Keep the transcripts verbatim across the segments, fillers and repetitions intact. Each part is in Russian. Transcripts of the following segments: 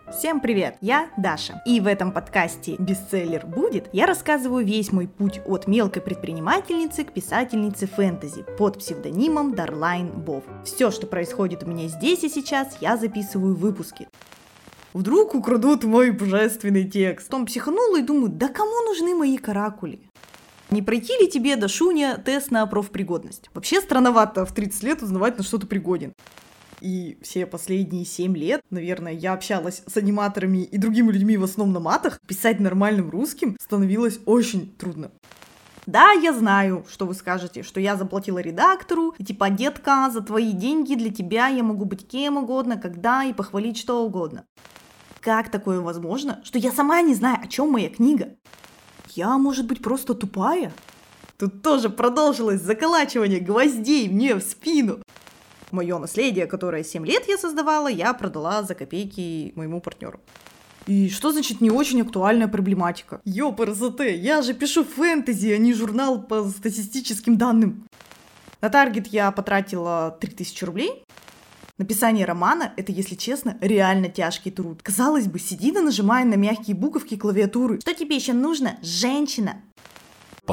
Всем привет, я Даша, и в этом подкасте «Бестселлер будет» я рассказываю весь мой путь от мелкой предпринимательницы к писательнице фэнтези под псевдонимом Дарлайн Бов. Все, что происходит у меня здесь и сейчас, я записываю в выпуске. Вдруг украдут мой божественный текст. Потом психанула и думаю, да кому нужны мои каракули? Не пройти ли тебе, Дашуня, тест на профпригодность? Вообще странновато в тридцать лет узнавать, на что ты пригоден. И все последние семь лет, наверное, я общалась с аниматорами и другими людьми в основном на матах. Писать нормальным русским становилось очень трудно. Да, я знаю, что вы скажете, что я заплатила редактору, и типа, детка, за твои деньги для тебя я могу быть кем угодно, когда и похвалить что угодно. Как такое возможно, что я сама не знаю, о чем моя книга? Я, может быть, просто тупая? Тут тоже продолжилось заколачивание гвоздей мне в спину. Мое наследие, которое семь лет я создавала, я продала за копейки моему партнеру. И что значит не очень актуальная проблематика? Ёпрст, я же пишу фэнтези, а не журнал по статистическим данным. На таргет я потратила три тысячи рублей. Написание романа – это, если честно, реально тяжкий труд. Казалось бы, сиди да нажимай на мягкие буковки клавиатуры. Что тебе еще нужно, женщина?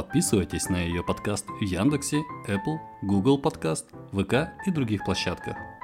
Подписывайтесь на ее подкаст в Яндексе, Apple, Google Подкаст, вэ ка и других площадках.